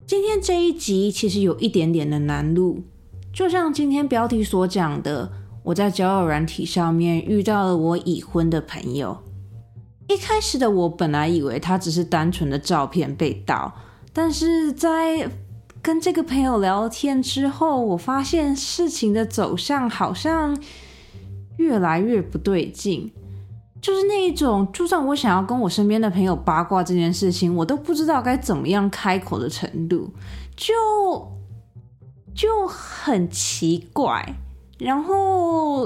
今天这一集其实有一点点的难录，就像今天标题所讲的，我在交友软体上面遇到了我已婚的朋友。一开始的我本来以为他只是单纯的照片被盗，但是在跟这个朋友聊天之后，我发现事情的走向好像越来越不对劲。就是那一种，就算我想要跟我身边的朋友八卦这件事情，我都不知道该怎么样开口的程度，就很奇怪，然后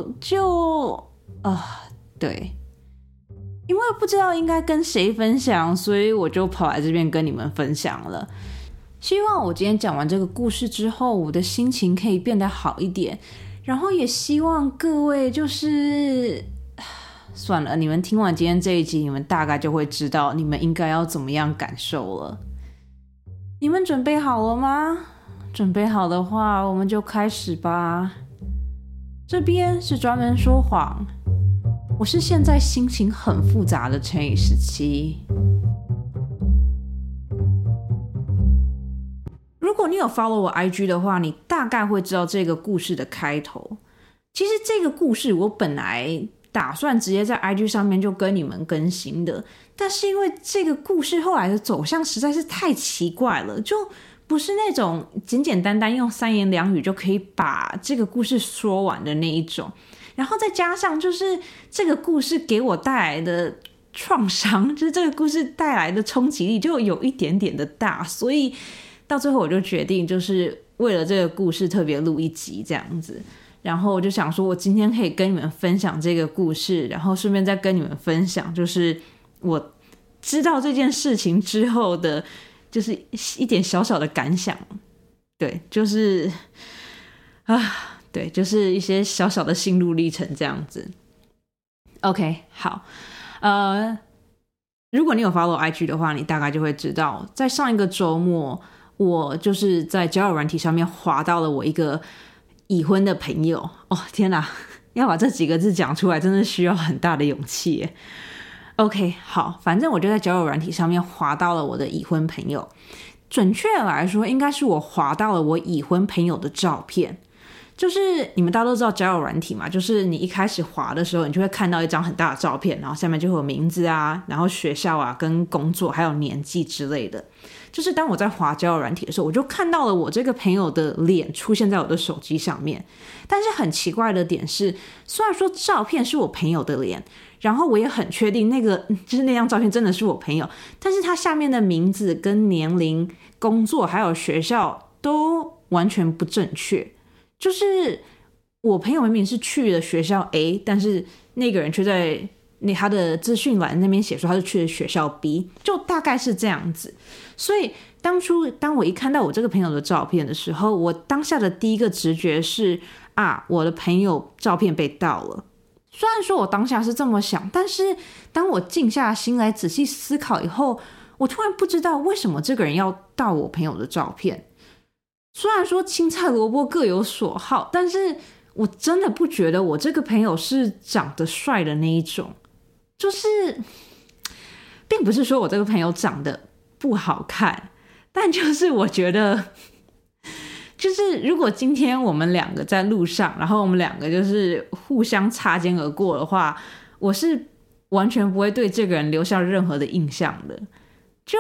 对，因为不知道应该跟谁分享，所以我就跑来这边跟你们分享了。希望我今天讲完这个故事之后，我的心情可以变得好一点，然后也希望各位算了，你们听完今天这一集，你们大概就会知道你们应该要怎么样感受了。你们准备好了吗？准备好的话，我们就开始吧。这边是专门说谎，我是现在心情很复杂的乘以17。如果你有 follow 我 IG 的话，你大概会知道这个故事的开头。其实这个故事我本来打算直接在 IG 上面就跟你们更新的，但是因为这个故事后来的走向实在是太奇怪了，就不是那种简简单单用3言2语就可以把这个故事说完的那一种，然后再加上就是这个故事给我带来的创伤，就是这个故事带来的冲击力就有一点点的大，所以到最后我就决定就是为了这个故事特别录一集这样子。然后我就想说我今天可以跟你们分享这个故事，然后顺便再跟你们分享就是我知道这件事情之后的就是一点小小的感想。对，就是对，就是一些小小的心路历程这样子。 OK， 好，如果你有 follow IG 的话，你大概就会知道在上一个周末我就是在交友软体上面滑到了我一个已婚的朋友。天哪，要把这几个字讲出来真的需要很大的勇气耶。 OK， 好，反正我就在交友软体上面滑到了我的已婚朋友，准确来说应该是我滑到了我已婚朋友的照片。就是你们大家都知道交友软体嘛，就是你一开始滑的时候你就会看到一张很大的照片，然后下面就会有名字啊，然后学校啊跟工作还有年纪之类的。就是当我在滑交友软体的时候，我就看到了我这个朋友的脸出现在我的手机上面。但是很奇怪的点是，虽然说照片是我朋友的脸，然后我也很确定就是那张照片真的是我朋友，但是他下面的名字跟年龄、工作还有学校都完全不正确。就是我朋友明明是去了学校 A， 但是那个人却在他的资讯栏那边写说他是去了学校 B， 就大概是这样子。所以当我一看到我这个朋友的照片的时候，我当下的第一个直觉是我的朋友照片被盗了。虽然说我当下是这么想，但是当我静下心来仔细思考以后，我突然不知道为什么这个人要盗我朋友的照片。虽然说青菜萝卜各有所好，但是我真的不觉得我这个朋友是长得帅的那一种。就是并不是说我这个朋友长得不好看，但就是我觉得就是如果今天我们两个在路上，然后我们两个就是互相擦肩而过的话，我是完全不会对这个人留下任何的印象的。就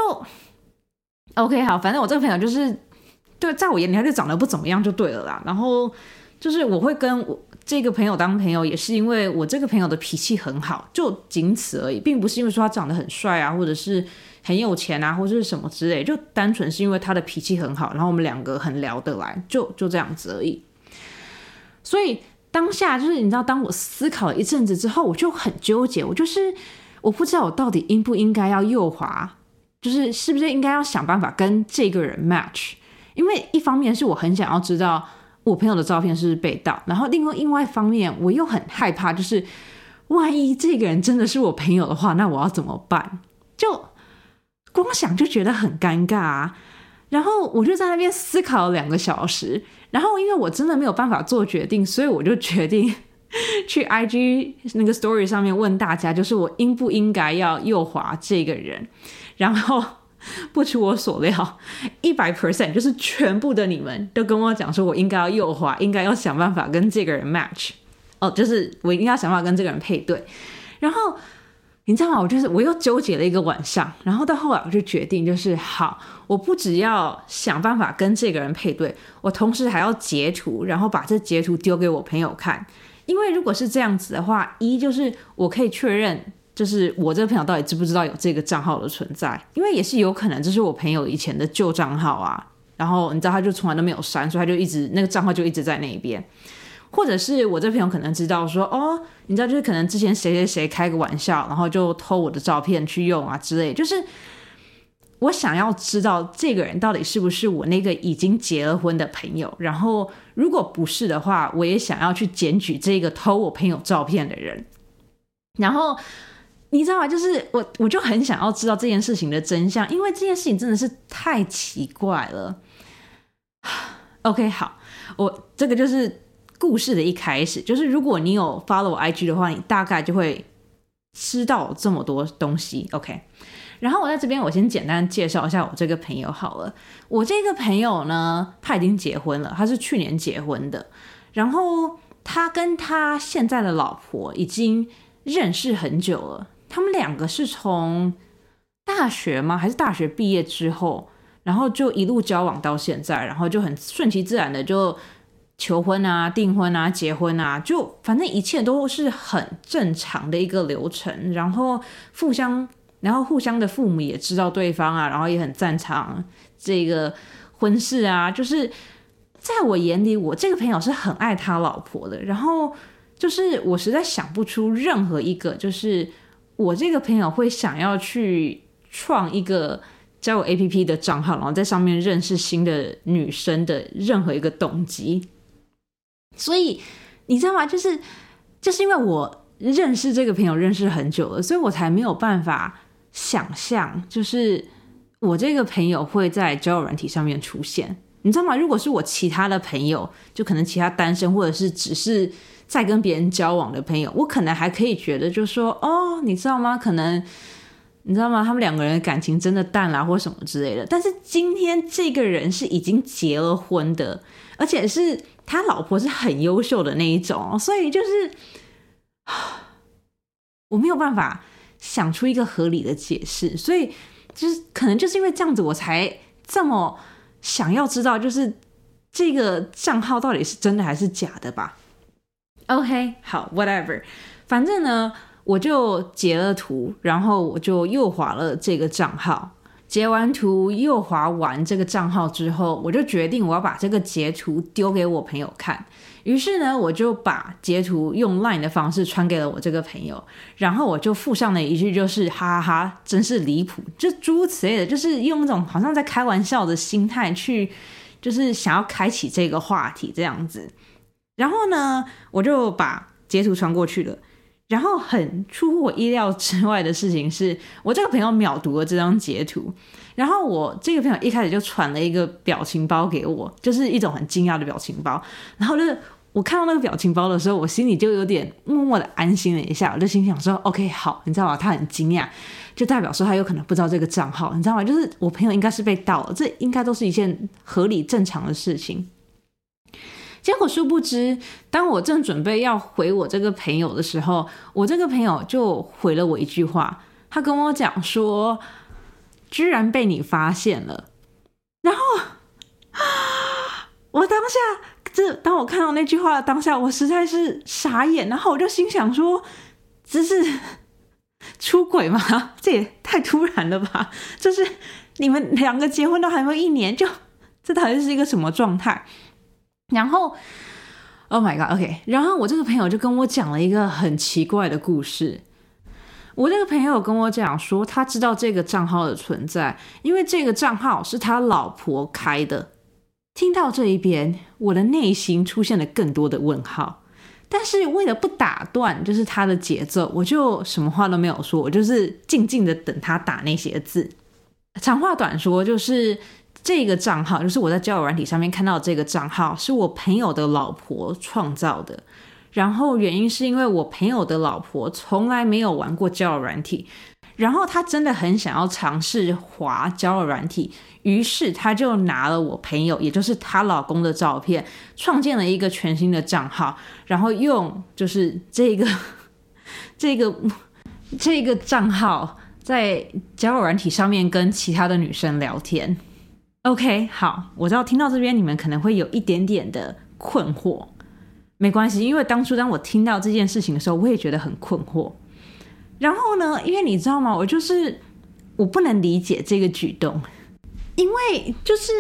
OK， 好，反正我这个朋友就是对，在我眼里他就长得不怎么样就对了啦。然后就是我会跟我这个朋友当朋友，也是因为我这个朋友的脾气很好，就仅此而已，并不是因为说他长得很帅啊，或者是很有钱啊，或者是什么之类，就单纯是因为他的脾气很好，然后我们两个很聊得来，就这样子而已。所以当下就是你知道，当我思考了一阵子之后，我就很纠结，我不知道我到底应不应该要右滑，就是是不是应该要想办法跟这个人 match。因为一方面是我很想要知道我朋友的照片是不是被盗，然后另外一方面我又很害怕，就是万一这个人真的是我朋友的话，那我要怎么办？就光想就觉得很尴尬啊。然后我就在那边思考了2个小时，然后因为我真的没有办法做决定，所以我就决定去 IG 那个 story 上面问大家，就是我应不应该要右滑这个人。然后不出我所料，100%就是全部的你们都跟我讲说，我应该要右滑，应该要想办法跟这个人 match， 就是我应该要想办法跟这个人配对。然后你知道吗？我又纠结了一个晚上，然后到后来我就决定，就是好，我不只要想办法跟这个人配对，我同时还要截图，然后把这截图丢给我朋友看。因为如果是这样子的话，就是我可以确认，就是我这个朋友到底知不知道有这个账号的存在，因为也是有可能这是我朋友以前的旧账号啊，然后你知道他就从来都没有删，所以他就一直那个账号就一直在那边。或者是我这朋友可能知道说，你知道就是可能之前谁谁谁开个玩笑，然后就偷我的照片去用啊之类，就是我想要知道这个人到底是不是我那个已经结了婚的朋友，然后如果不是的话，我也想要去检举这个偷我朋友照片的人。然后你知道吗？就是我就很想要知道这件事情的真相，因为这件事情真的是太奇怪了。OK， 好，我这个就是故事的一开始，就是如果你有 follow 我 IG 的话，你大概就会知道这么多东西。 OK， 然后我在这边我先简单介绍一下我这个朋友好了。我这个朋友呢，他已经结婚了，他是去年结婚的，然后他跟他现在的老婆已经认识很久了，他们两个是从大学吗？还是大学毕业之后，然后就一路交往到现在，然后就很顺其自然的就求婚啊、订婚啊、结婚啊，就反正一切都是很正常的一个流程。然后互相的父母也知道对方啊，然后也很赞成这个婚事啊。就是在我眼里，我这个朋友是很爱他老婆的。然后就是我实在想不出任何一个，就是我这个朋友会想要去创一个交友 APP 的账号，然后在上面认识新的女生的任何一个动机。所以你知道吗？就是因为我认识这个朋友认识很久了，所以我才没有办法想象，就是我这个朋友会在交友软体上面出现。你知道吗？如果是我其他的朋友，就可能其他单身或者是只是在跟别人交往的朋友，我可能还可以觉得就说，你知道吗？可能你知道吗？他们两个人的感情真的淡啦，或什么之类的。但是今天这个人是已经结了婚的，而且是他老婆是很优秀的那一种，所以就是我没有办法想出一个合理的解释。所以就是可能就是因为这样子，我才这么想要知道，就是这个账号到底是真的还是假的吧。 OK， 好 whatever， 反正呢我就截了图，然后我就右滑了这个账号。截完图右滑完这个账号之后，我就决定我要把这个截图丢给我朋友看。于是呢，我就把截图用 LINE 的方式传给了我这个朋友，然后我就附上了一句，就是哈哈哈，真是离谱，就诸如此类的，就是用那种好像在开玩笑的心态去，就是想要开启这个话题这样子。然后呢，我就把截图传过去了。然后很出乎我意料之外的事情是，我这个朋友秒读了这张截图，然后我这个朋友一开始就传了一个表情包给我，就是一种很惊讶的表情包。然后就是我看到那个表情包的时候，我心里就有点默默的安心了一下，我就心想说 OK 好，你知道吗？他很惊讶，就代表说他有可能不知道这个账号，你知道吗？就是我朋友应该是被盗了，这应该都是一件合理正常的事情。结果殊不知，当我正准备要回我这个朋友的时候，我这个朋友就回了我一句话，他跟我讲说居然被你发现了。然后我当下当我看到那句话的当下，我实在是傻眼，然后我就心想说这是出轨吗？这也太突然了吧，就是你们两个结婚都还没1年，就这到底是一个什么状态？然后 Oh my god OK， 然后我这个朋友就跟我讲了一个很奇怪的故事。我这个朋友跟我讲说，他知道这个账号的存在，因为这个账号是他老婆开的。听到这一边，我的内心出现了更多的问号，但是为了不打断就是他的节奏，我就什么话都没有说，我就是静静的等他打那些字。长话短说，就是这个账号，就是我在交友软体上面看到的这个账号，是我朋友的老婆创造的。然后原因是因为我朋友的老婆从来没有玩过交友软体， 然后他真的很想要尝试滑交友软体，于是他就拿了我朋友，也就是她老公的照片，创建了一个全新的账号，然后用就是这个账号在交友软体上面跟其他的女生聊天。OK， 好，我知道听到这边你们可能会有一点点的困惑，没关系，因为当我听到这件事情的时候，我也觉得很困惑。然后呢，因为你知道吗，我不能理解这个举动，因为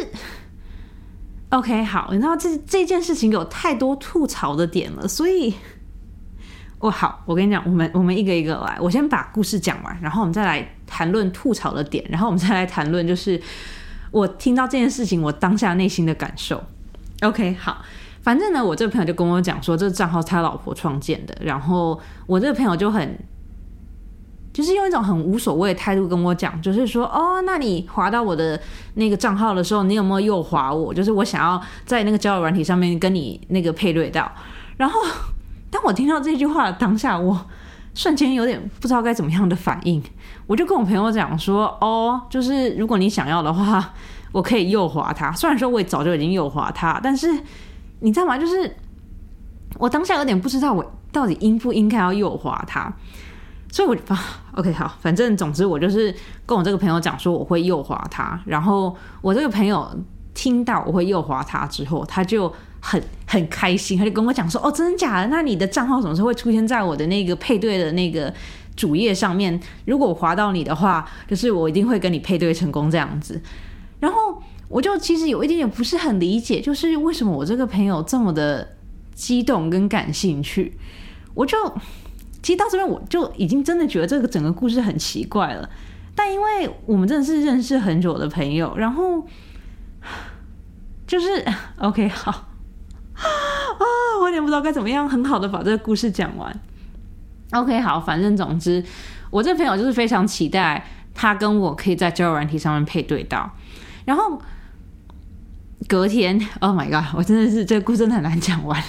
OK， 好，你知道这件事情有太多吐槽的点了，所以好，我跟你讲，我们一个一个来，我先把故事讲完，然后我们再来谈论吐槽的点，然后我们再来谈论就是我听到这件事情我当下内心的感受。OK， 好，反正呢，我这个朋友就跟我讲说，这个账号是他老婆创建的，然后我这个朋友就是用一种很无所谓的态度跟我讲，就是说，那你滑到我的那个账号的时候，你有没有右滑我？就是我想要在那个交友软体上面跟你那个配对到。然后，当我听到这句话的当下，我瞬间有点不知道该怎么样的反应。我就跟我朋友讲说，就是如果你想要的话，我可以右滑他。虽然说我也早就已经右滑他，但是你知道吗？就是我当下有点不知道我到底应不应该要右滑他。所以我OK 好，反正总之我就是跟我这个朋友讲说我会右滑他，然后我这个朋友听到我会右滑他之后，他就很开心，他就跟我讲说，真的假的？那你的账号什么时候会出现在我的那个配对的那个主页上面？如果我滑到你的话，就是我一定会跟你配对成功这样子。然后我就其实有一点点不是很理解，就是为什么我这个朋友这么的激动跟感兴趣。其实到这边我就已经真的觉得这个整个故事很奇怪了，但因为我们真的是认识很久的朋友，然后就是 OK 好我有点不知道该怎么样很好的把这个故事讲完。OK 好，反正总之我这个朋友就是非常期待他跟我可以在交友软体上面配对到，然后隔天 Oh my god， 我真的是这个故事真的很难讲完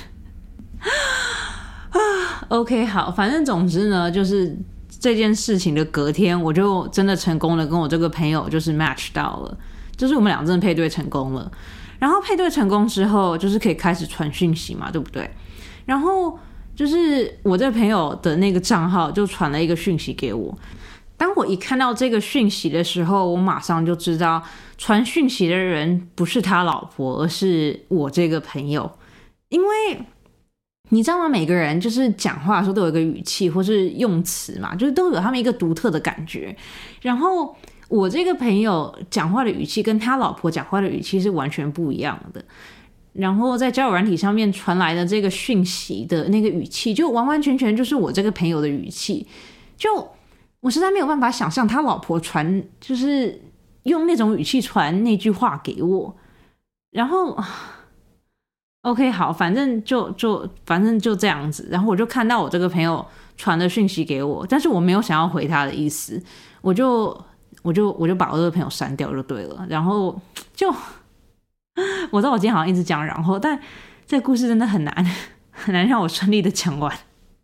OK 好，反正总之呢，就是这件事情的隔天，我就真的成功的跟我这个朋友就是 match 到了，就是我们俩真的配对成功了。然后配对成功之后，就是可以开始传讯息嘛，对不对？然后就是我这个朋友的那个账号就传了一个讯息给我。当我一看到这个讯息的时候，我马上就知道传讯息的人不是他老婆，而是我这个朋友。因为你知道吗？每个人就是讲话的时候都有一个语气或是用词嘛，就是都有他们一个独特的感觉。然后我这个朋友讲话的语气跟他老婆讲话的语气是完全不一样的。然后在交友软体上面传来的这个讯息的那个语气，就完完全全就是我这个朋友的语气。就我实在没有办法想象他老婆就是用那种语气传那句话给我。然后OK 好，反正就这样子。然后我就看到我这个朋友传的讯息给我，但是我没有想要回他的意思，我就把我这个朋友删掉就对了。然后我知道我今天好像一直讲然后，但这个故事真的很难让我顺利的讲完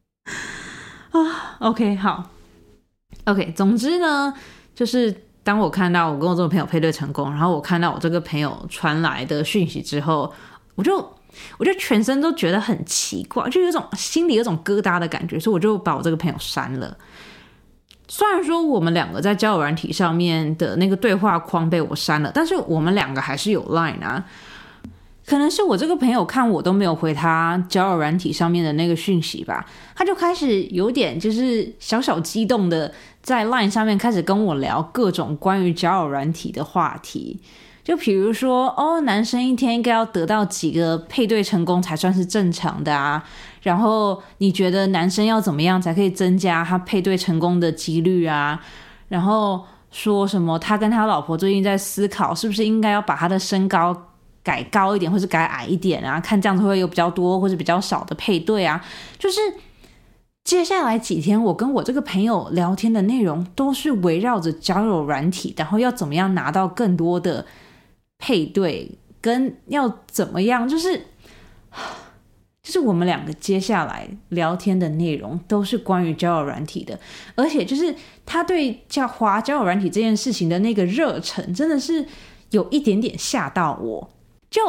OK 好 OK， 总之呢，就是当我看到我跟我这个朋友配对成功，然后我看到我这个朋友传来的讯息之后，我就全身都觉得很奇怪，就有种心里有种疙瘩的感觉，所以我就把我这个朋友删了。虽然说我们两个在交友软体上面的那个对话框被我删了，但是我们两个还是有 line 啊。可能是我这个朋友看我都没有回他交友软体上面的那个讯息吧，他就开始有点就是小小激动的在 line 上面开始跟我聊各种关于交友软体的话题。就比如说男生一天应该要得到几个配对成功才算是正常的啊，然后你觉得男生要怎么样才可以增加他配对成功的几率啊，然后说什么他跟他老婆最近在思考是不是应该要把他的身高改高一点或是改矮一点啊，看这样子会有比较多或是比较少的配对啊。就是接下来几天我跟我这个朋友聊天的内容都是围绕着交友软体，然后要怎么样拿到更多的配对跟要怎么样，就是就是我们两个接下来聊天的内容都是关于交友软体的，而且就是他对滑交友软体这件事情的那个热忱真的是有一点点吓到我，就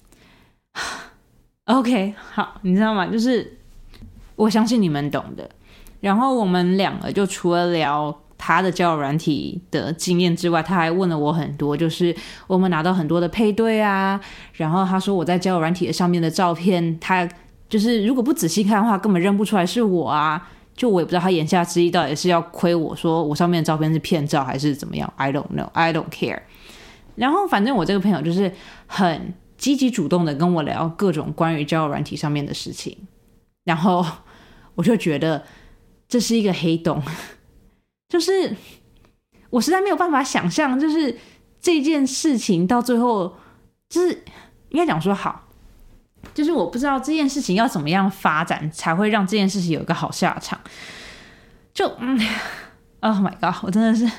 OK 好，你知道吗？就是我相信你们懂的。然后我们两个就除了聊他的交友软体的经验之外，他还问了我很多，就是我们拿到很多的配对啊，然后他说我在交友软体上面的照片，他就是如果不仔细看的话根本认不出来是我啊，就我也不知道他言下之意到底是要亏我说我上面的照片是骗照还是怎么样， I don't know, I don't care。 然后反正我这个朋友就是很积极主动的跟我聊各种关于交友软体上面的事情，然后我就觉得这是一个黑洞，就是我实在没有办法想象，就是这件事情到最后，就是应该讲说好，就是我不知道这件事情要怎么样发展才会让这件事情有一个好下场。就Oh my god， 我真的是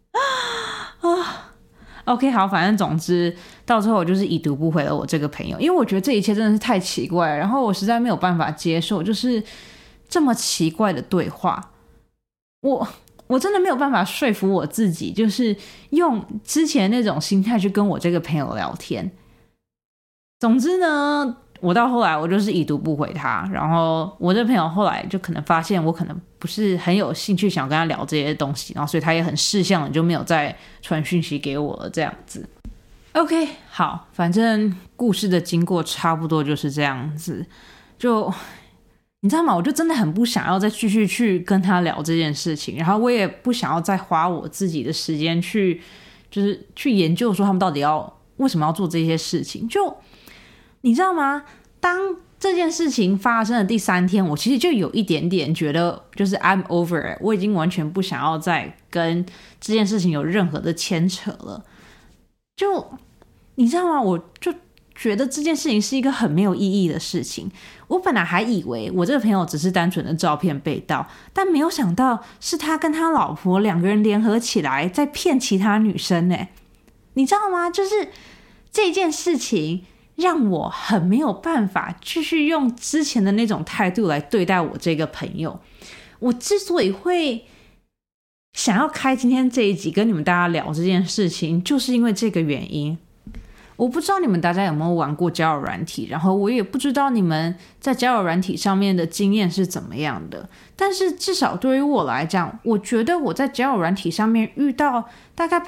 OK 好，反正总之到最后我就是已读不回了我这个朋友，因为我觉得这一切真的是太奇怪了，然后我实在没有办法接受，就是这么奇怪的对话，我真的没有办法说服我自己，就是用之前那种心态去跟我这个朋友聊天。总之呢，我到后来我就是已读不回他，然后我这朋友后来就可能发现我可能不是很有兴趣想跟他聊这些东西，然后所以他也很识相的就没有再传讯息给我了这样子。OK 好，反正故事的经过差不多就是这样子，就你知道吗？我就真的很不想要再继续去跟他聊这件事情，然后我也不想要再花我自己的时间去就是去研究说他们到底为什么要做这些事情。就你知道吗？当这件事情发生的第3天，我其实就有一点点觉得就是 I'm over it， 我已经完全不想要再跟这件事情有任何的牵扯了。就你知道吗？我就觉得这件事情是一个很没有意义的事情。我本来还以为我这个朋友只是单纯的照片被盗，但没有想到是他跟他老婆2个人联合起来在骗其他女生耶。你知道吗？就是这件事情让我很没有办法继续用之前的那种态度来对待我这个朋友。我之所以会想要开今天这一集跟你们大家聊这件事情，就是因为这个原因。我不知道你们大家有没有玩过交友软体，然后我也不知道你们在交友软体上面的经验是怎么样的，但是至少对于我来讲，我觉得我在交友软体上面遇到大概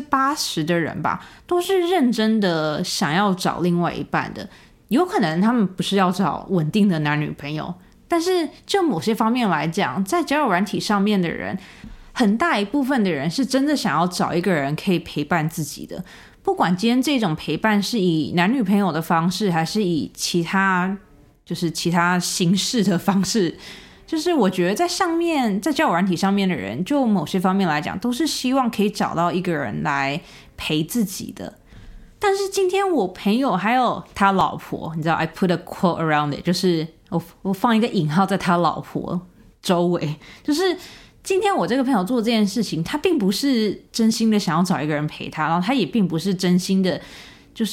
80%的人吧，都是认真的想要找另外一半的。有可能他们不是要找稳定的男女朋友，但是就某些方面来讲，在交友软体上面的人，很大一部分的人是真的想要找一个人可以陪伴自己的。不管今天这种陪伴是以男女朋友的方式，还是以其他形式的方式，就是我觉得在交友软体上面的人，就某些方面来讲，都是希望可以找到一个人来陪自己的。但是今天我朋友还有他老婆，你知道 I put a quote around it， 就是我放一个引号在他老婆周围，就是今天我这个朋友做这件事情，他并不是真心的想要找一个人陪他，然后他也并不是真心的就是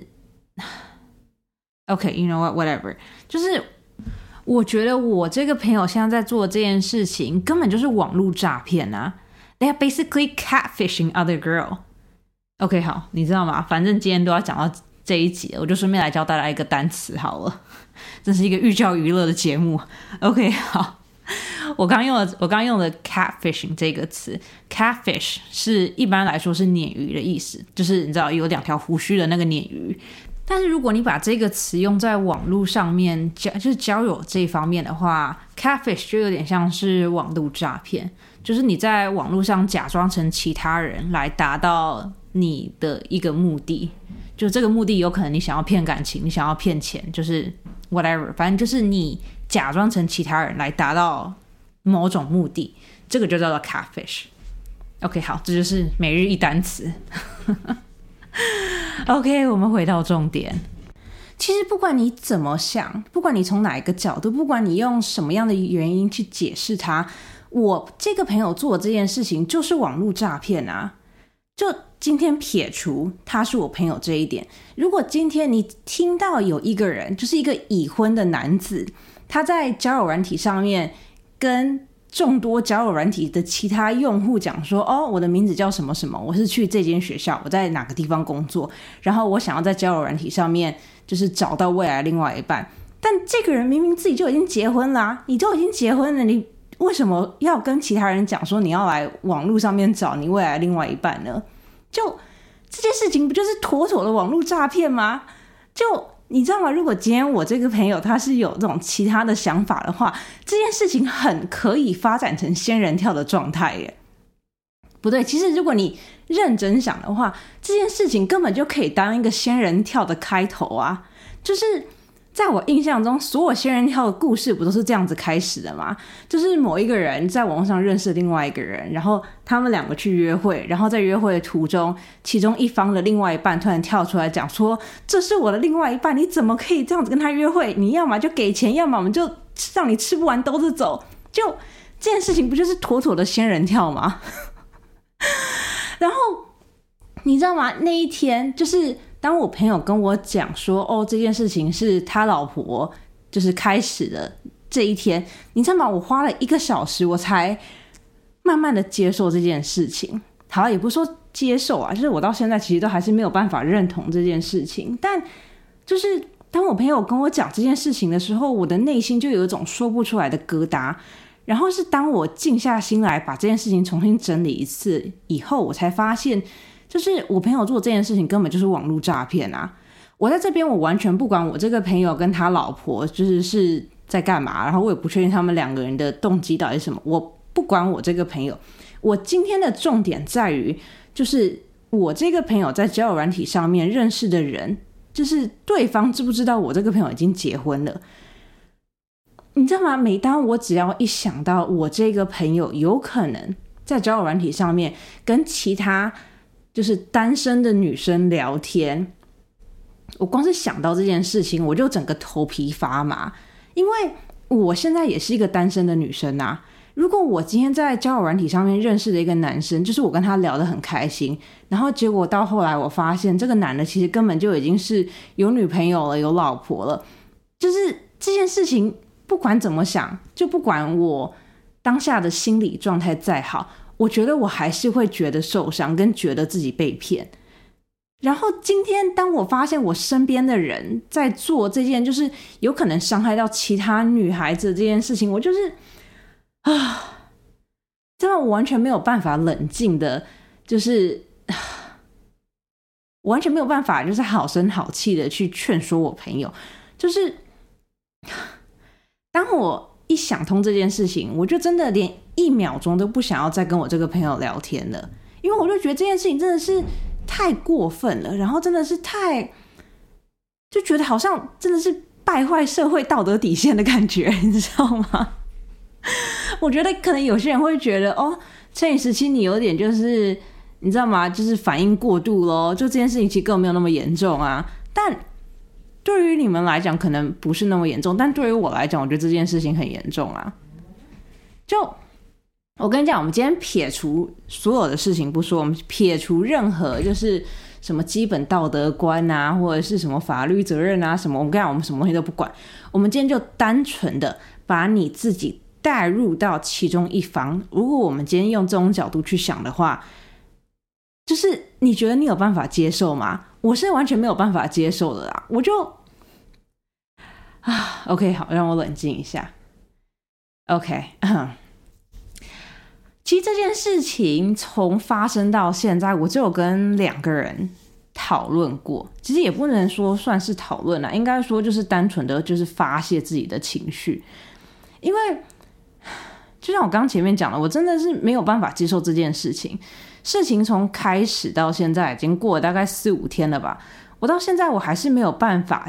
OK you know what whatever， 就是我觉得我这个朋友现在在做这件事情根本就是网络诈骗啊， They are basically catfishing other girl。 OK 好，你知道吗？反正今天都要讲到这一集了，我就顺便来教大家一个单词好了，这是一个寓教于乐的节目。 OK 好，我刚用的 catfishing 这个词， catfish 是一般来说是鲶鱼的意思，就是你知道有2条胡须的那个鲶鱼。但是如果你把这个词用在网络上面，就是交友这一方面的话， catfish 就有点像是网络诈骗，就是你在网络上假装成其他人来达到你的一个目的，就这个目的有可能你想要骗感情，你想要骗钱，就是 whatever， 反正就是你假装成其他人来达到某种目的，这个就叫做 catfish。 OK 好，这就是每日一单词OK 我们回到重点。其实不管你怎么想，不管你从哪一个角度，不管你用什么样的原因去解释它，我这个朋友做的这件事情就是网络诈骗啊。就今天撇除他是我朋友这一点，如果今天你听到有一个人，就是一个已婚的男子，他在交友软体上面跟众多交友软体的其他用户讲说，哦，我的名字叫什么什么，我是去这间学校，我在哪个地方工作，然后我想要在交友软体上面就是找到未来另外一半，但这个人明明自己就已经结婚啦，你都已经结婚了，你为什么要跟其他人讲说你要来网络上面找你未来另外一半呢？就这件事情不就是妥妥的网络诈骗吗？就你知道吗？如果今天我这个朋友他是有这种其他的想法的话，这件事情很可以发展成仙人跳的状态耶。不对，其实如果你认真想的话，这件事情根本就可以当一个仙人跳的开头啊。就是在我印象中，所有仙人跳的故事不都是这样子开始的吗？就是某一个人在网络上认识另外一个人，然后他们两个去约会，然后在约会的途中，其中一方的另外一半突然跳出来讲说，这是我的另外一半，你怎么可以这样子跟他约会？你要么就给钱，要么我们就让你吃不完兜着走。就这件事情不就是妥妥的仙人跳吗？然后你知道吗？那一天就是当我朋友跟我讲说，哦，这件事情是他老婆就是开始的这一天，你知道吗？我花了1个小时，我才慢慢的接受这件事情。好，也不是说接受啊，就是我到现在其实都还是没有办法认同这件事情。但就是当我朋友跟我讲这件事情的时候，我的内心就有一种说不出来的疙瘩。然后是当我静下心来把这件事情重新整理一次以后，我才发现就是我朋友做这件事情根本就是网络诈骗啊！我在这边我完全不管我这个朋友跟他老婆是在干嘛，然后我也不确定他们两个人的动机到底是什么，我不管我这个朋友。我今天的重点在于，就是我这个朋友在交友软体上面认识的人，就是对方知不知道我这个朋友已经结婚了。你知道吗？每当我只要一想到我这个朋友有可能在交友软体上面跟其他就是单身的女生聊天，我光是想到这件事情我就整个头皮发麻。因为我现在也是一个单身的女生啊，如果我今天在交友软体上面认识的一个男生，就是我跟他聊得很开心，然后结果到后来我发现这个男的其实根本就已经是有女朋友了，有老婆了，就是这件事情不管怎么想，就不管我当下的心理状态再好，我觉得我还是会觉得受伤，跟觉得自己被骗。然后今天当我发现我身边的人在做这件就是有可能伤害到其他女孩子的这件事情，我就是真的我完全没有办法冷静的，就是我完全没有办法就是好声好气的去劝说我朋友。就是当我一想通这件事情，我就真的连1秒钟都不想要再跟我这个朋友聊天了，因为我就觉得这件事情真的是太过分了，然后真的是就觉得好像真的是败坏社会道德底线的感觉，你知道吗？我觉得可能有些人会觉得，哦，乘以17你有点就是你知道吗，就是反应过度咯，就这件事情其实根本没有那么严重啊。但对于你们来讲可能不是那么严重，但对于我来讲我觉得这件事情很严重啊。就我跟你讲，我们今天撇除所有的事情不说，我们撇除任何就是什么基本道德观啊，或者是什么法律责任啊什么，我们跟你讲，我们什么东西都不管。我们今天就单纯的把你自己带入到其中一方。如果我们今天用这种角度去想的话，就是你觉得你有办法接受吗？我是完全没有办法接受的啦。我就OK， 好，让我冷静一下。OK，其实这件事情从发生到现在，我只有跟2个人讨论过，其实也不能说算是讨论啦，应该说就是单纯的就是发泄自己的情绪。因为就像我刚刚前面讲的，我真的是没有办法接受这件事情。事情从开始到现在已经过了大概4-5天了吧，我到现在我还是没有办法，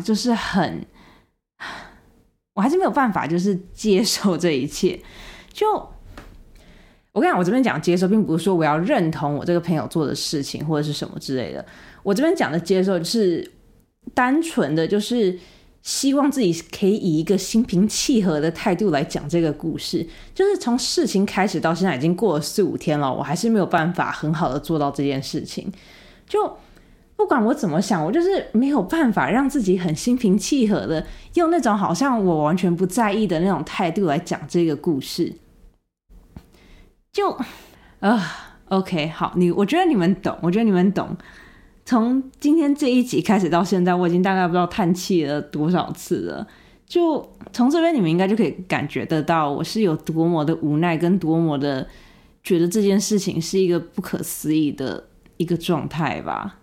我还是没有办法就是接受这一切。就我跟你讲，我这边讲接受并不是说我要认同我这个朋友做的事情或者是什么之类的，我这边讲的接受就是单纯的就是希望自己可以以一个心平气和的态度来讲这个故事。就是从事情开始到现在已经过了4-5天了，我还是没有办法很好的做到这件事情。 就不管我怎么想，我就是没有办法让自己很心平气和的用那种好像我完全不在意的那种态度来讲这个故事。就OK 好，我觉得你们懂，我觉得你们懂。从今天这一集开始到现在，我已经大概不知道叹气了多少次了。就从这边你们应该就可以感觉得到我是有多么的无奈，跟多么的觉得这件事情是一个不可思议的一个状态吧。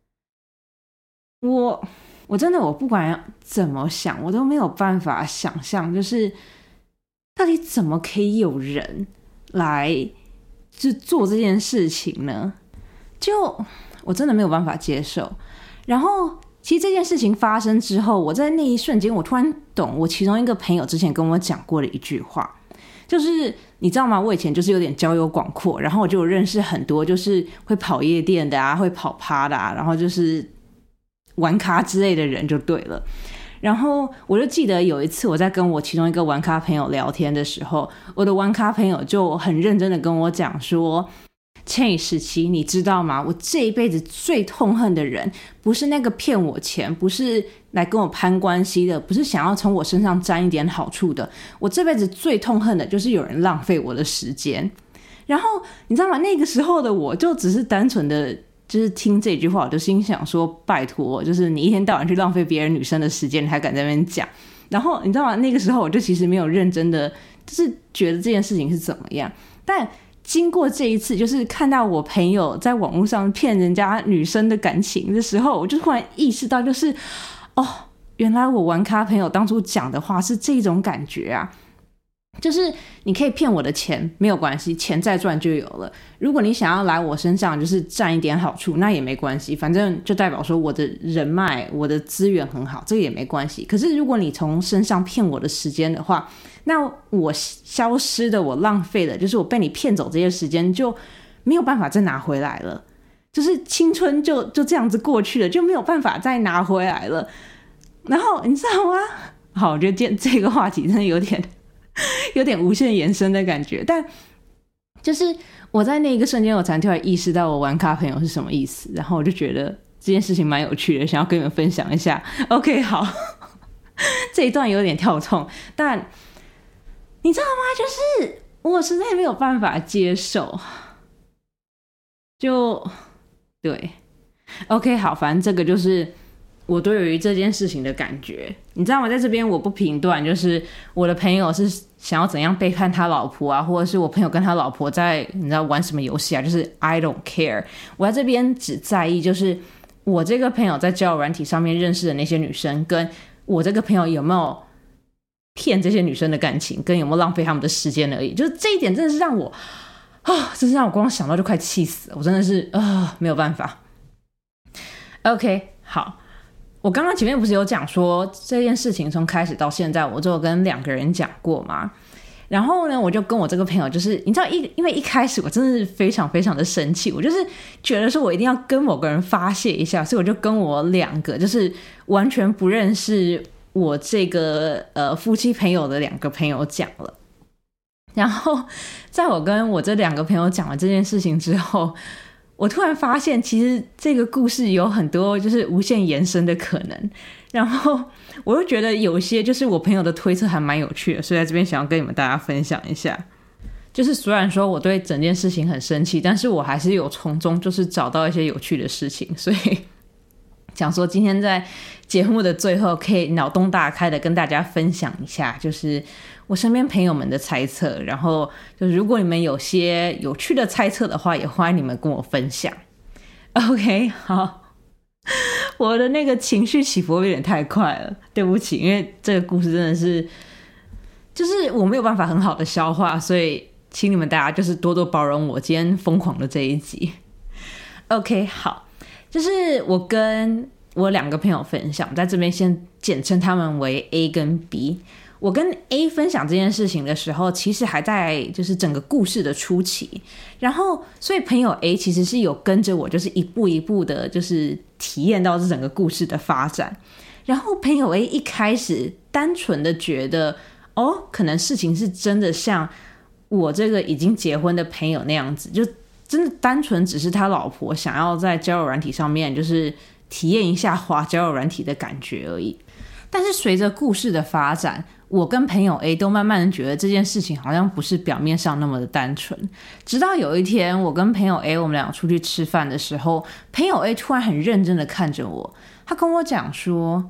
我真的我不管怎么想，我都没有办法想象，就是到底怎么可以有人来就做这件事情呢？就我真的没有办法接受。然后其实这件事情发生之后，我在那一瞬间我突然懂我其中一个朋友之前跟我讲过的一句话，就是你知道吗，我以前就是有点交友广阔，然后我就有认识很多就是会跑夜店的啊，会跑趴的啊，然后就是玩咖之类的人就对了。然后我就记得有一次我在跟我其中一个玩咖朋友聊天的时候，我的玩咖朋友就很认真的跟我讲说，千与时期你知道吗，我这一辈子最痛恨的人不是那个骗我钱，不是来跟我攀关系的，不是想要从我身上沾一点好处的，我这辈子最痛恨的就是有人浪费我的时间。然后你知道吗，那个时候的我就只是单纯的就是听这句话，我就心想说拜托，就是你一天到晚去浪费别人女生的时间，你还敢在那边讲。然后你知道吗，那个时候我就其实没有认真的就是觉得这件事情是怎么样。但经过这一次就是看到我朋友在网络上骗人家女生的感情的时候，我就突然意识到，就是原来我玩咖朋友当初讲的话是这种感觉啊。就是你可以骗我的钱没有关系，钱再赚就有了。如果你想要来我身上就是占一点好处，那也没关系，反正就代表说我的人脉我的资源很好，这个也没关系。可是如果你从身上骗我的时间的话，那我消失的，我浪费的，就是我被你骗走这些时间就没有办法再拿回来了，就是青春就这样子过去了，就没有办法再拿回来了。然后你知道吗，好，我觉得这个话题真的有点无限延伸的感觉，但就是我在那一个瞬间我才突然意识到我玩咖朋友是什么意思，然后我就觉得这件事情蛮有趣的，想要跟你们分享一下。 OK 好这一段有点跳痛，但你知道吗，就是我实在没有办法接受，就对 OK 好，反正这个就是我对于这件事情的感觉。你知道吗，在这边我不评断就是我的朋友是想要怎样背叛他老婆啊，或者是我朋友跟他老婆在你知道玩什么游戏啊，就是 I don't care。 我在这边只在意就是我这个朋友在交友软体上面认识的那些女生，跟我这个朋友有没有骗这些女生的感情，跟有没有浪费他们的时间而已。就是这一点真的是让我真是让我光想到就快气死了，我真的是没有办法。 OK 好，我刚刚前面不是有讲说这件事情从开始到现在我就有跟2个人讲过嘛，然后呢我就跟我这个朋友就是你知道因为一开始我真的是非常非常的生气，我就是觉得说我一定要跟某个人发泄一下，所以我就跟我2个就是完全不认识我这个夫妻朋友的2个朋友讲了。然后在我跟我这2个朋友讲了这件事情之后，我突然发现其实这个故事有很多就是无限延伸的可能，然后我又觉得有些就是我朋友的推测还蛮有趣的，所以在这边想要跟你们大家分享一下。就是虽然说我对整件事情很生气，但是我还是有从中就是找到一些有趣的事情，所以想说今天在节目的最后可以脑洞大开的跟大家分享一下就是我身边朋友们的猜测，然后就是如果你们有些有趣的猜测的话，也欢迎你们跟我分享。 OK 好，我的那个情绪起伏有点太快了，对不起，因为这个故事真的是就是我没有办法很好的消化，所以请你们大家就是多多包容我今天疯狂的这一集。 OK 好，就是我跟我2个朋友分享，在这边先简称他们为 A 跟 B。我跟 A 分享这件事情的时候，其实还在就是整个故事的初期，然后所以朋友 A 其实是有跟着我就是一步一步的就是体验到这整个故事的发展。然后朋友 A 一开始单纯的觉得可能事情是真的像我这个已经结婚的朋友那样子，就真的单纯只是他老婆想要在交友软体上面就是体验一下滑交友软体的感觉而已。但是随着故事的发展，我跟朋友 A 都慢慢的觉得这件事情好像不是表面上那么的单纯。直到有一天我跟朋友 A 我们俩出去吃饭的时候，朋友 A 突然很认真的看着我，他跟我讲说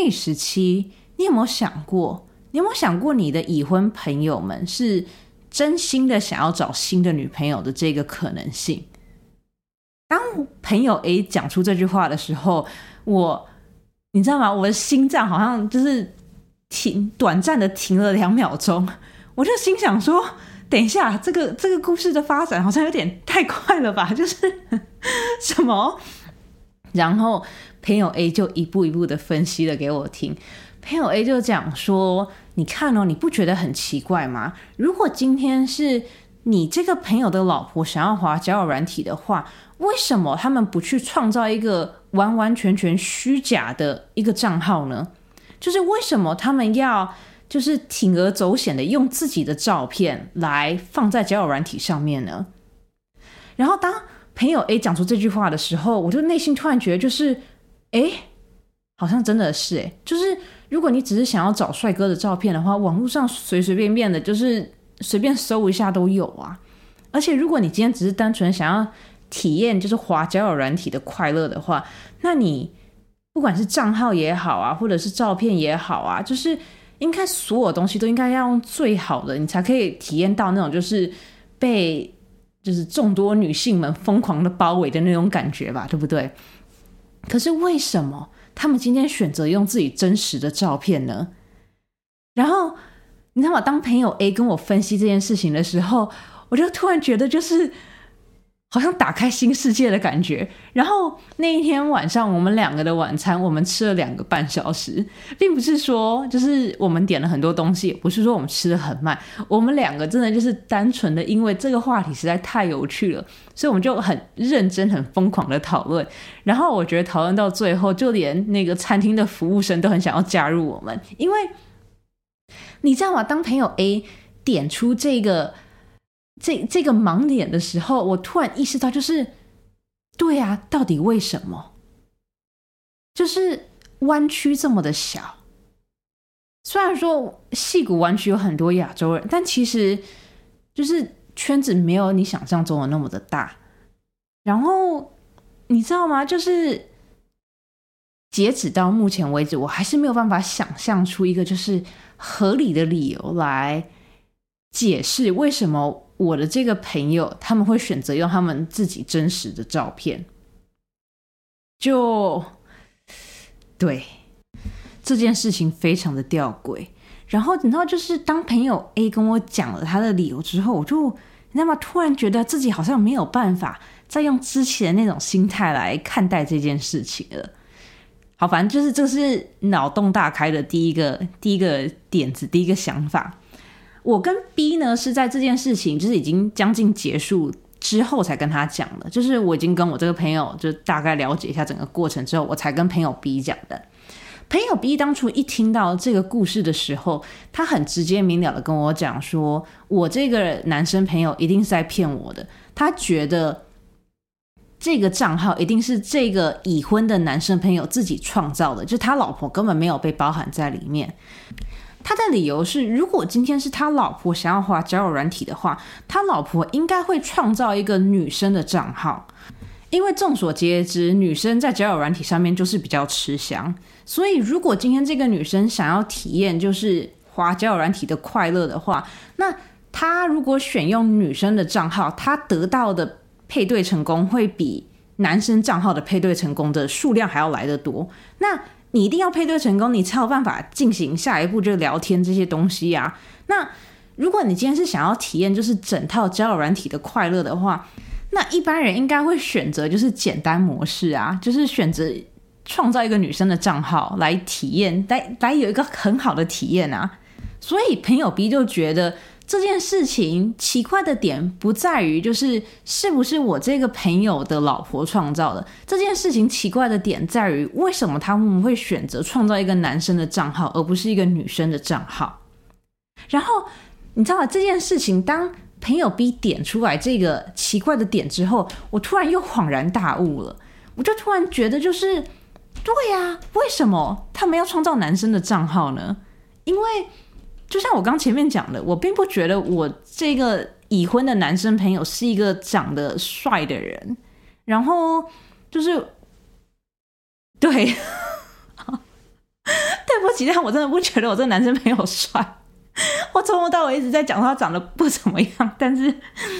，17，你有没有想过你的已婚朋友们是真心的想要找新的女朋友的这个可能性？当朋友 A 讲出这句话的时候，你知道吗？我的心脏好像就是短暂的停了2秒钟，我就心想说，等一下，这个故事的发展好像有点太快了吧？就是什么？然后朋友 A 就一步一步的分析了给我听。朋友 A 就讲说，你看哦，你不觉得很奇怪吗？如果今天是你这个朋友的老婆想要滑交友软体的话，为什么他们不去创造一个完完全全虚假的一个账号呢？就是为什么他们要就是铤而走险的用自己的照片来放在交友软体上面呢？然后当朋友 A 讲出这句话的时候，我就内心突然觉得就是好像真的是就是如果你只是想要找帅哥的照片的话，网络上随随便便的就是随便搜一下都有啊。而且如果你今天只是单纯想要体验就是滑交友软体的快乐的话，那你不管是账号也好啊，或者是照片也好啊，就是应该所有东西都应该要用最好的，你才可以体验到那种就是被就是众多女性们疯狂的包围的那种感觉吧，对不对？可是为什么他们今天选择用自己真实的照片呢？然后你知道吗？当朋友 A 跟我分析这件事情的时候，我就突然觉得就是好像打开新世界的感觉。然后那一天晚上我们2个的晚餐我们吃了2个半小时，并不是说就是我们点了很多东西，也不是说我们吃得很慢，我们2个真的就是单纯的因为这个话题实在太有趣了，所以我们就很认真很疯狂的讨论。然后我觉得讨论到最后，就连那个餐厅的服务生都很想要加入我们。因为你知道吗？当朋友 A 点出这个盲点的时候，我突然意识到就是对啊，到底为什么就是湾区这么的小？虽然说矽谷湾区有很多亚洲人，但其实就是圈子没有你想象中的那么的大。然后你知道吗？就是截止到目前为止，我还是没有办法想象出一个就是合理的理由来解释为什么我的这个朋友他们会选择用他们自己真实的照片。就对，这件事情非常的吊诡。然后你知道，就是当朋友 A 跟我讲了他的理由之后，我就你知道吗？突然觉得自己好像没有办法再用之前的那种心态来看待这件事情了。好，反正就是这是脑洞大开的第一个点子，第一个想法。我跟 B 呢是在这件事情就是已经将近结束之后才跟他讲的，就是我已经跟我这个朋友就大概了解一下整个过程之后，我才跟朋友 B 讲的。朋友 B 当初一听到这个故事的时候，他很直接明了的跟我讲说，我这个男生朋友一定是在骗我的，他觉得这个账号一定是这个已婚的男生朋友自己创造的，就他老婆根本没有被包含在里面。他的理由是，如果今天是他老婆想要滑交友软体的话，他老婆应该会创造一个女生的账号，因为众所皆知，女生在交友软体上面就是比较吃香，所以如果今天这个女生想要体验就是滑交友软体的快乐的话，那她如果选用女生的账号，她得到的配对成功会比男生账号的配对成功的数量还要来得多。那你一定要配对成功，你才有办法进行下一步就聊天这些东西啊。那如果你今天是想要体验就是整套交友软体的快乐的话，那一般人应该会选择就是简单模式啊，就是选择创造一个女生的账号来体验，来有一个很好的体验啊。所以朋友 B 就觉得这件事情奇怪的点不在于就是是不是我这个朋友的老婆创造的，这件事情奇怪的点在于为什么他们会选择创造一个男生的账号而不是一个女生的账号。然后你知道这件事情当朋友 B 点出来这个奇怪的点之后，我突然又恍然大悟了。我就突然觉得就是对啊，为什么他们要创造男生的账号呢？因为就像我刚前面讲的，我并不觉得我这个已婚的男生朋友是一个长得帅的人，然后就是对对不起，但我真的不觉得我这个男生朋友帅。我从头到尾一直在讲他长得不怎么样，但是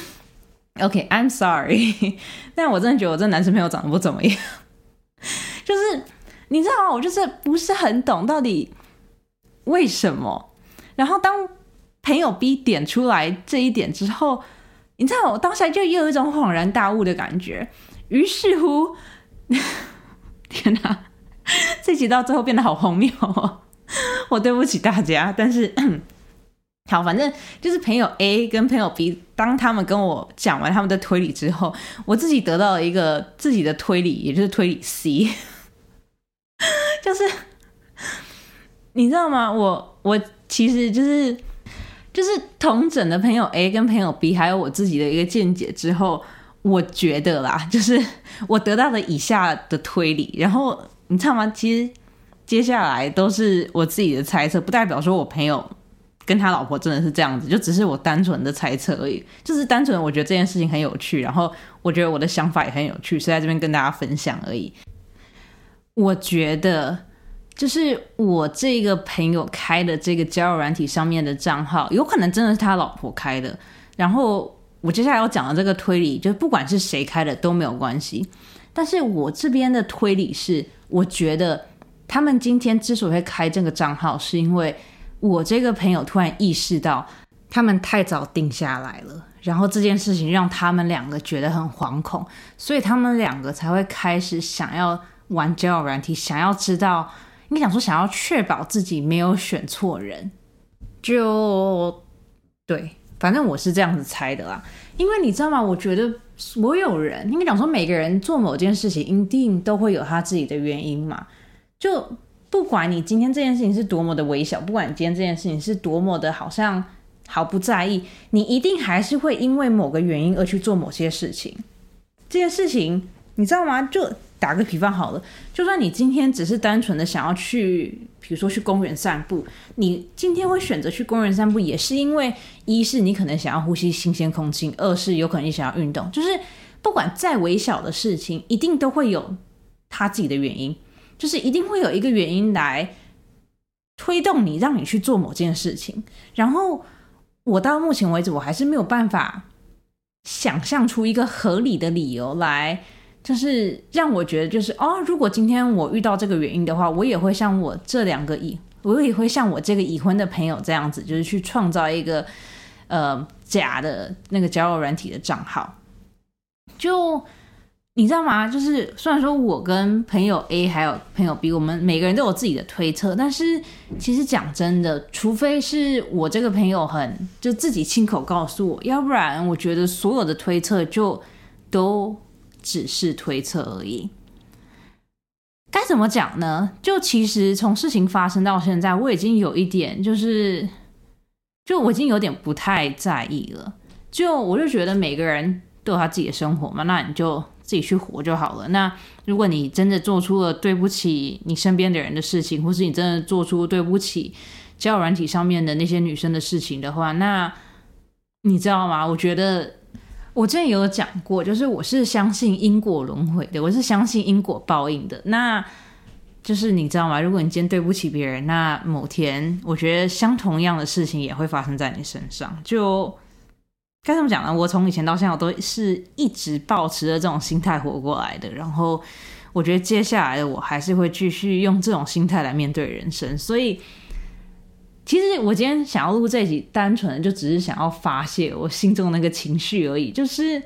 OK I'm sorry 但我真的觉得我这个男生朋友长得不怎么样。就是你知道吗，我就是不是很懂到底为什么。然后当朋友 B 点出来这一点之后，你知道我当下就又有一种恍然大悟的感觉。于是乎天哪，这集到最后变得好荒谬哦，我对不起大家。但是好，反正就是朋友 A 跟朋友 B 当他们跟我讲完他们的推理之后，我自己得到了一个自己的推理，也就是推理 C 就是你知道吗，我其实就是统整的朋友 A 跟朋友 B 还有我自己的一个见解之后，我觉得啦，就是我得到了以下的推理。然后你知道吗，其实接下来都是我自己的猜测，不代表说我朋友跟他老婆真的是这样子，就只是我单纯的猜测而已，就是单纯我觉得这件事情很有趣，然后我觉得我的想法也很有趣，所以在这边跟大家分享而已。我觉得就是我这个朋友开的这个交友软体上面的账号，有可能真的是他老婆开的。然后我接下来要讲的这个推理，就不管是谁开的都没有关系。但是我这边的推理是，我觉得他们今天之所以会开这个账号，是因为我这个朋友突然意识到他们太早定下来了，然后这件事情让他们两个觉得很惶恐，所以他们两个才会开始想要玩交友软体，想要知道，应该讲说想要确保自己没有选错人。就对，反正我是这样子猜的啦。因为你知道吗，我觉得所有人，应该讲说每个人做某件事情一定都会有他自己的原因嘛。就不管你今天这件事情是多么的微小，不管你今天这件事情是多么的好像毫不在意，你一定还是会因为某个原因而去做某些事情。这件事情你知道吗，就打个比方好了，就算你今天只是单纯的想要去，比如说去公园散步，你今天会选择去公园散步，也是因为一是你可能想要呼吸新鲜空气，二是有可能你想要运动。就是不管再微小的事情，一定都会有他自己的原因，就是一定会有一个原因来推动你，让你去做某件事情。然后我到目前为止，我还是没有办法想象出一个合理的理由来，就是让我觉得就是如果今天我遇到这个原因的话，我也会像我这两个我也会像我这个已婚的朋友这样子，就是去创造一个假的那个交友软体的账号。就你知道吗，就是虽然说我跟朋友 A 还有朋友 B 我们每个人都有自己的推测，但是其实讲真的，除非是我这个朋友就自己亲口告诉我，要不然我觉得所有的推测就都只是推测而已。该怎么讲呢？就其实从事情发生到现在，我已经有一点就我已经有点不太在意了。我就觉得每个人都有他自己的生活嘛，那你就自己去活就好了。那如果你真的做出了对不起你身边的人的事情，或是你真的做出对不起交友软体上面的那些女生的事情的话，那你知道吗？我觉得我之前有讲过，就是我是相信因果轮回的，我是相信因果报应的。那就是你知道吗？如果你今天对不起别人，那某天我觉得相同样的事情也会发生在你身上。就该怎么讲呢？我从以前到现在，我都是一直抱持着这种心态活过来的。然后我觉得接下来的我还是会继续用这种心态来面对人生。所以其实我今天想要录这一集，单纯的就只是想要发泄我心中那个情绪而已。就是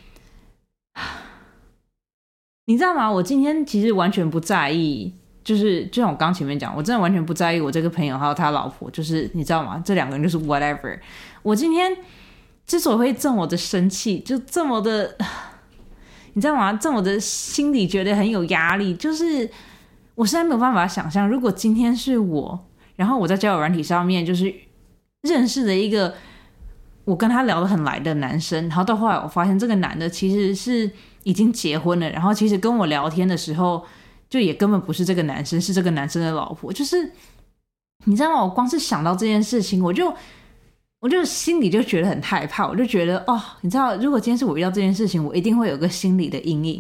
你知道吗？我今天其实完全不在意，就像我刚前面讲，我真的完全不在意我这个朋友还有他老婆，就是你知道吗？这两个人就是 whatever。我今天之所以会这么的生气，就这么的，你知道吗？这么的心里觉得很有压力，就是我实在没有办法想象，如果今天是我，然后我在交友软体上面就是认识了一个我跟他聊得很来的男生，然后到后来我发现这个男的其实是已经结婚了，然后其实跟我聊天的时候就也根本不是这个男生，是这个男生的老婆。就是你知道吗，我光是想到这件事情，我就心里就觉得很害怕，我就觉得你知道如果今天是我遇到这件事情，我一定会有个心理的阴影。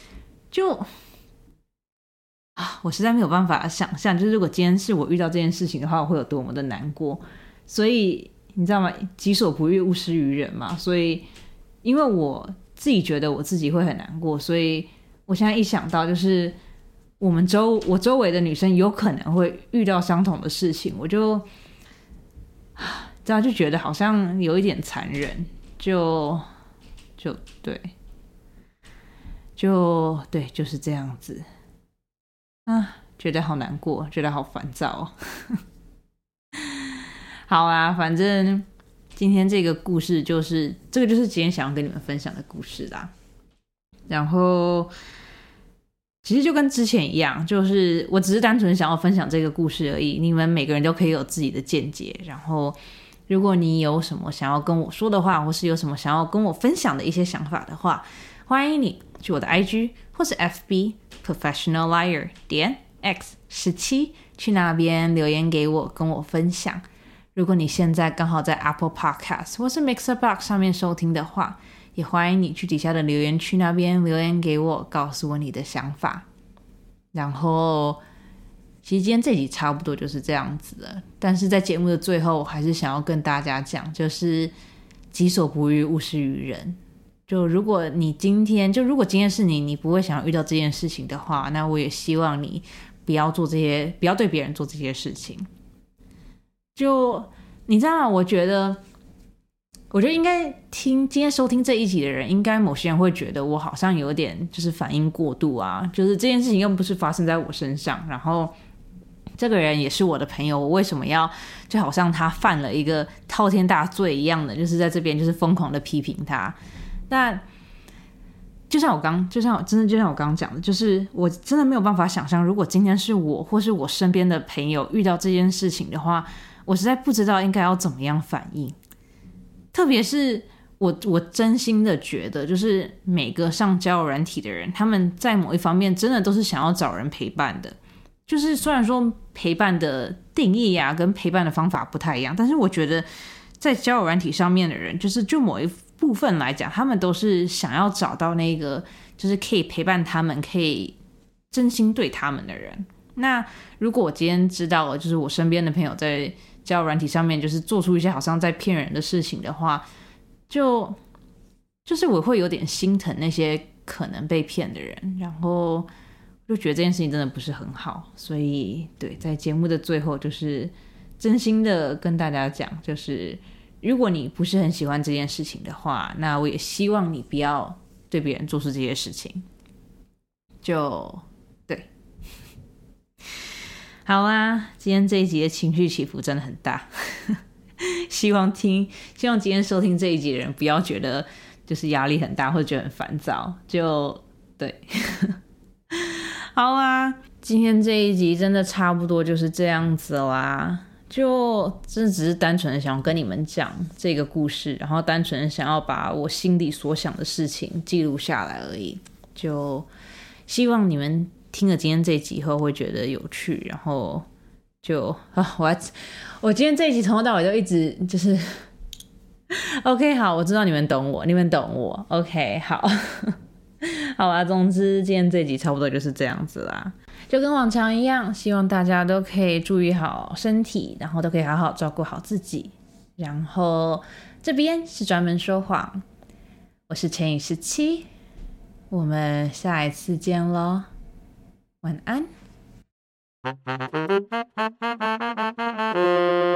我实在没有办法想象，就是如果今天是我遇到这件事情的话，我会有多么的难过。所以你知道吗，己所不欲勿施于人嘛，所以因为我自己觉得我自己会很难过，所以我现在一想到就是我周围的女生有可能会遇到相同的事情，我就这样就觉得好像有一点残忍，对，就是这样子觉得好难过，觉得好烦躁好啊，反正今天这个故事就是今天想要跟你们分享的故事啦。然后其实就跟之前一样，就是我只是单纯想要分享这个故事而已，你们每个人都可以有自己的见解。然后如果你有什么想要跟我说的话，或是有什么想要跟我分享的一些想法的话，欢迎你去我的 IG 或是 FB professionalliar.x17 去那边留言给我，跟我分享。如果你现在刚好在 Apple Podcast 或是 Mixerbox 上面收听的话，也欢迎你去底下的留言区那边留言给我，告诉我你的想法。然后其实今天这集差不多就是这样子了，但是在节目的最后我还是想要跟大家讲，就是己所不欲勿施于人。如果今天是你不会想要遇到这件事情的话，那我也希望你不要对别人做这些事情。你知道吗，我觉得应该今天收听这一集的人，应该某些人会觉得我好像有点就是反应过度啊，就是这件事情又不是发生在我身上，然后这个人也是我的朋友，我为什么要就好像他犯了一个滔天大罪一样的，就是在这边就是疯狂的批评他。但就像我刚刚讲的，就是我真的没有办法想象，如果今天是我或是我身边的朋友遇到这件事情的话，我实在不知道应该要怎么样反应。特别是我真心的觉得，就是每个上交友软体的人，他们在某一方面真的都是想要找人陪伴的。就是虽然说陪伴的定义啊跟陪伴的方法不太一样，但是我觉得在交友软体上面的人，就某一部分来讲，他们都是想要找到那个就是可以陪伴他们，可以真心对他们的人。那如果我今天知道了，就是我身边的朋友在交友软体上面就是做出一些好像在骗人的事情的话，就是我会有点心疼那些可能被骗的人，然后就觉得这件事情真的不是很好。所以对，在节目的最后就是真心的跟大家讲，就是如果你不是很喜欢这件事情的话，那我也希望你不要对别人做出这些事情。对好啦，今天这一集的情绪起伏真的很大希望今天收听这一集的人不要觉得就是压力很大或者觉得很烦躁，对好啦，今天这一集真的差不多就是这样子啦，真的只是单纯的想要跟你们讲这个故事，然后单纯的想要把我心里所想的事情记录下来而已。希望你们听了今天这一集后会觉得有趣，然后我今天这一集从头到尾都一直就是OK 好，我知道你们懂我 OK 好好啦，总之今天这一集差不多就是这样子啦，就跟往常一样，希望大家都可以注意好身体，然后都可以好好照顾好自己。然后这边是专门说谎，我是陈宇17，我们下一次见咯，晚安。